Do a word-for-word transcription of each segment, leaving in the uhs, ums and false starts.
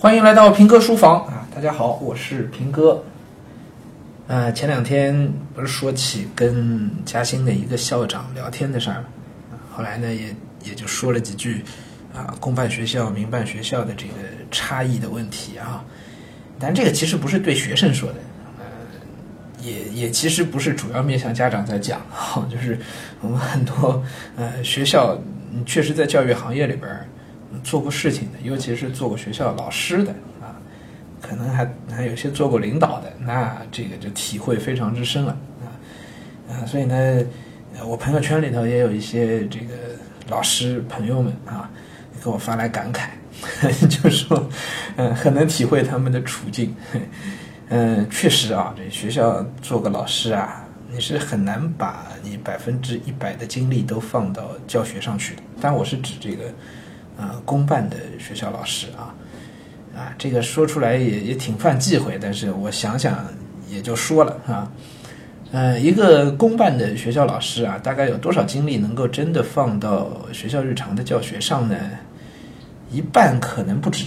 欢迎来到平哥书房啊！大家好，我是平哥。呃，前两天不是说起跟嘉兴的一个校长聊天的事儿吗？后来呢，也也就说了几句啊，公办学校、民办学校的这个差异的问题啊。但这个其实不是对学生说的，呃，也也其实不是主要面向家长在讲啊，就是我们很多呃学校确实在教育行业里边做过事情的，尤其是做过学校老师的啊，可能还还有些做过领导的，那这个就体会非常之深了啊啊，所以呢，我朋友圈里头也有一些这个老师朋友们啊，给我发来感慨，就说，嗯，很能体会他们的处境，嗯，确实啊，这学校做个老师啊，你是很难把你百分之一百的精力都放到教学上去的，但我是指这个。呃，公办的学校老师啊，啊，这个说出来也也挺犯忌讳，但是我想想也就说了啊，呃，一个公办的学校老师啊，大概有多少精力能够真的放到学校日常的教学上呢？一半可能不止，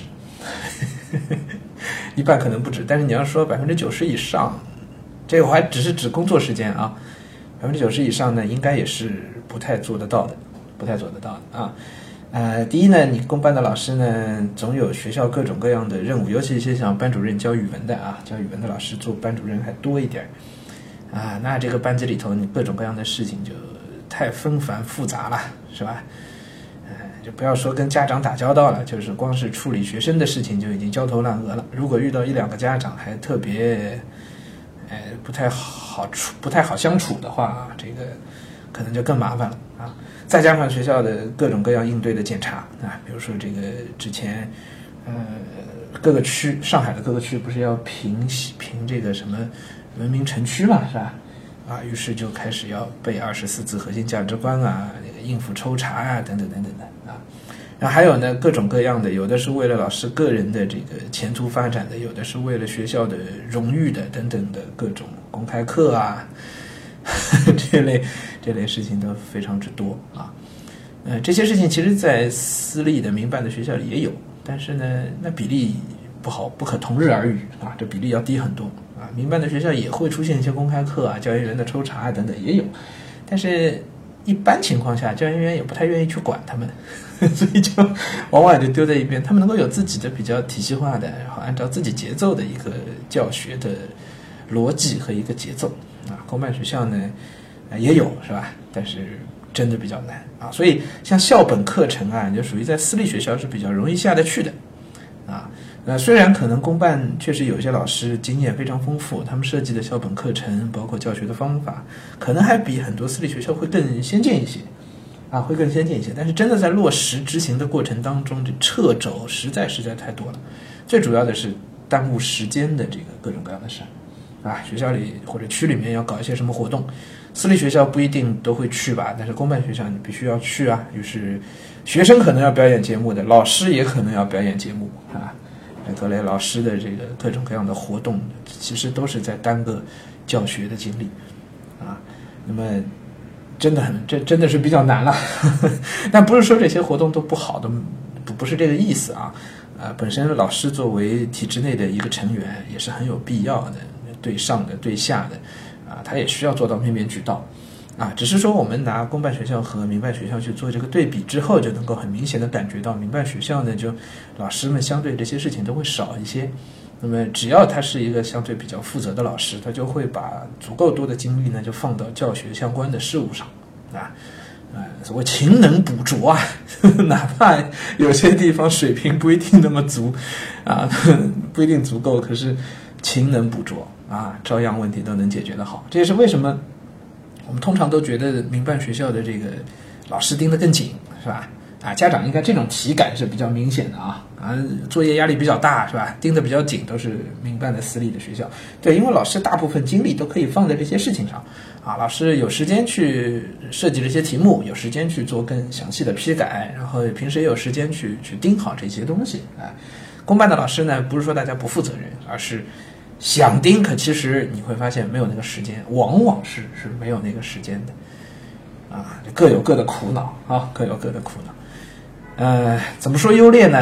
一半可能不止，但是你要说百分之九十以上，这个我还只是指工作时间啊，百分之九十以上呢，应该也是不太做得到的，不太做得到的啊。呃，第一呢，你公办的老师呢，总有学校各种各样的任务，尤其一些像班主任教语文的啊，教语文的老师做班主任还多一点啊。那这个班级里头，你各种各样的事情就太纷繁复杂了，是吧？呃，就不要说跟家长打交道了，就是光是处理学生的事情就已经焦头烂额了。如果遇到一两个家长还特别，呃，不太好处、不太好相处的话，这个可能就更麻烦了啊。再加上学校的各种各样应对的检查啊，比如说这个之前，呃，各个区，上海的各个区不是要评评这个什么文明城区嘛，是吧？啊，于是就开始要背二十四字核心价值观啊，那个应付抽查啊，等等等等的啊。然后还有呢，各种各样的，有的是为了老师个人的这个前途发展的，有的是为了学校的荣誉的，等等的各种公开课啊。这类这类事情都非常之多啊，呃，这些事情其实在私立的民办的学校里也有，但是呢，那比例不好，不可同日而语啊，这比例要低很多啊。民办的学校也会出现一些公开课啊、教研员的抽查啊等等也有，但是一般情况下，教研员也不太愿意去管他们，所以就往往就丢在一边。他们能够有自己的比较体系化的，然后按照自己节奏的一个教学的逻辑和一个节奏。啊，公办学校呢，呃、也有是吧？但是真的比较难啊。所以像校本课程啊，就属于在私立学校是比较容易下得去的啊。呃，虽然可能公办确实有些老师经验非常丰富，他们设计的校本课程，包括教学的方法，可能还比很多私立学校会更先进一些啊，会更先进一些。但是真的在落实执行的过程当中，这掣肘实在实在太多了。最主要的是耽误时间的这个各种各样的事儿。啊，学校里或者区里面要搞一些什么活动，私立学校不一定都会去吧，但是公办学校你必须要去啊。于是，学生可能要表演节目的，老师也可能要表演节目啊。各类老师的这个各种各样的活动，其实都是在耽搁教学的精力啊。那么，真的很，这真的是比较难了。但不是说这些活动都不好的，不不是这个意思啊。呃，本身老师作为体制内的一个成员，也是很有必要的。对上的对下的啊，他也需要做到面面俱到啊。只是说我们拿公办学校和民办学校去做这个对比之后，就能够很明显的感觉到民办学校呢，就老师们相对这些事情都会少一些。那么只要他是一个相对比较负责的老师，他就会把足够多的精力呢，就放到教学相关的事物上啊。呃，所谓勤能补拙啊，哪怕有些地方水平不一定那么足啊，不一定足够，可是勤能补拙啊，照样问题都能解决得好。这也是为什么我们通常都觉得民办学校的这个老师盯得更紧，是吧？啊，家长应该这种体感是比较明显的啊啊，作业压力比较大，是吧？盯得比较紧都是民办的私立的学校。对，因为老师大部分精力都可以放在这些事情上啊，老师有时间去设计这些题目，有时间去做更详细的批改，然后平时也有时间去去盯好这些东西啊。公办的老师呢，不是说大家不负责任，而是想盯，可其实你会发现没有那个时间，往往是是没有那个时间的啊，各有各的苦恼啊，各有各的苦恼。呃，怎么说优劣呢？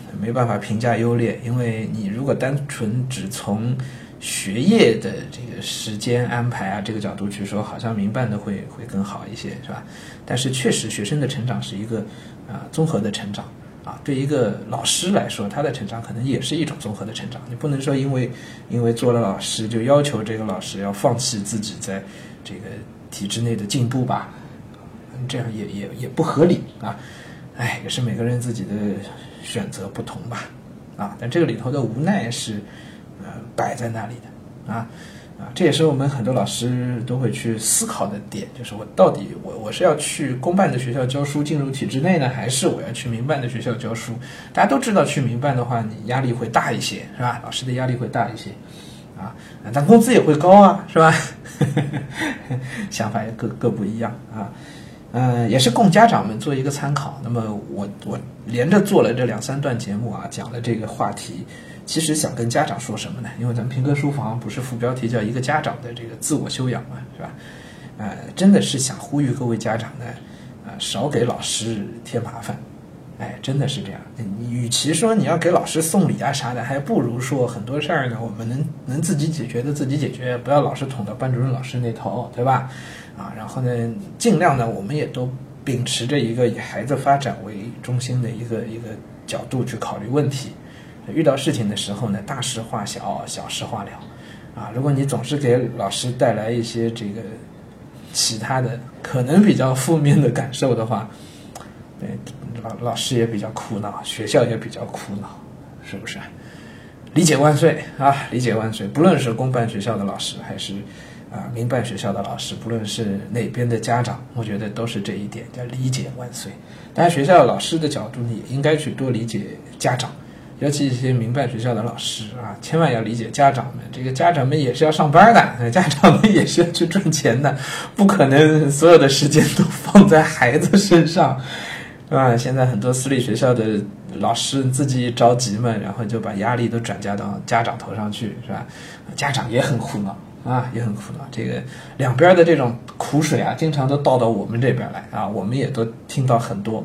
没办法评价优劣，因为你如果单纯只从学业的这个时间安排啊这个角度去说，好像民办的会会更好一些，是吧？但是确实学生的成长是一个啊、呃、综合的成长啊，对一个老师来说，他的成长可能也是一种综合的成长。你不能说因为因为做了老师就要求这个老师要放弃自己在这个体制内的进步吧，这样也也也不合理啊。哎，也是每个人自己的选择不同吧，啊，但这个里头的无奈是呃摆在那里的啊啊，这也是我们很多老师都会去思考的点，就是我到底我我是要去公办的学校教书进入体制内呢，还是我要去民办的学校教书？大家都知道去民办的话，你压力会大一些，是吧？老师的压力会大一些啊，但工资也会高啊，是吧？想法也各各不一样啊。嗯，也是供家长们做一个参考。那么我我连着做了这两三段节目啊，讲了这个话题，其实想跟家长说什么呢？因为咱们平哥书房不是副标题叫一个家长的这个自我修养嘛，是吧？呃，真的是想呼吁各位家长呢，呃，少给老师添麻烦。哎，真的是这样。你与其说你要给老师送礼啊啥的，还不如说很多事儿呢，我们能能自己解决的自己解决，不要老是捅到班主任老师那头，对吧？啊，然后呢，尽量呢，我们也都秉持着一个以孩子发展为中心的一个一个角度去考虑问题。遇到事情的时候呢，大事化小，小事化了。啊，如果你总是给老师带来一些这个其他的可能比较负面的感受的话，对老老师也比较苦恼，学校也比较苦恼，是不是？理解万岁啊！理解万岁！不论是公办学校的老师，还是啊民办学校的老师，不论是哪边的家长，我觉得都是这一点，叫理解万岁。当然，学校老师的角度，你也应该去多理解家长，尤其一些民办学校的老师啊，千万要理解家长们。这个家长们也是要上班的，家长们也是要去赚钱的，不可能所有的时间都放在孩子身上。啊，现在很多私立学校的老师自己着急嘛，然后就把压力都转嫁到家长头上去，是吧？家长也很苦恼啊，也很苦恼。这个两边的这种苦水啊，经常都倒到我们这边来啊，我们也都听到很多。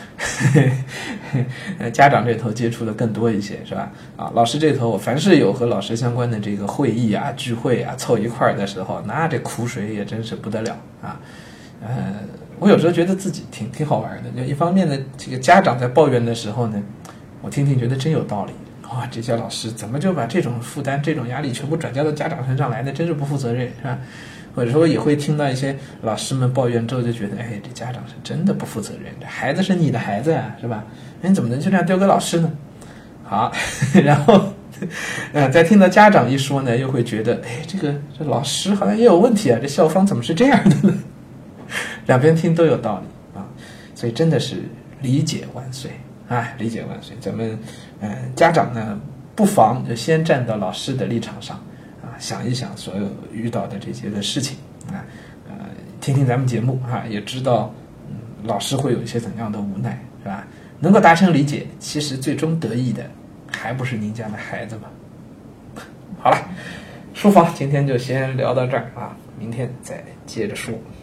家长这头接触的更多一些，是吧？啊，老师这头，我凡是有和老师相关的这个会议啊、聚会啊凑一块儿的时候，那这苦水也真是不得了啊。呃，我有时候觉得自己挺挺好玩的。就一方面呢，这个家长在抱怨的时候呢，我听听觉得真有道理。哇，这些老师怎么就把这种负担、这种压力全部转嫁到家长身上来呢？真是不负责任，是吧？或者说也会听到一些老师们抱怨之后，就觉得，哎，这家长是真的不负责任，这孩子是你的孩子啊，是吧？你怎么能就这样丢给老师呢？好，然后，呃，再听到家长一说呢，又会觉得，哎，这个这老师好像也有问题啊，这校方怎么是这样的呢？两边听都有道理啊，所以真的是理解万岁啊，理解万岁。咱们呃家长呢，不妨就先站到老师的立场上啊，想一想所有遇到的这些个事情啊，呃，听听咱们节目啊，也知道嗯老师会有一些怎样的无奈，是吧？能够达成理解，其实最终得益的还不是您家的孩子吗？好了，书房今天就先聊到这儿啊，明天再接着说。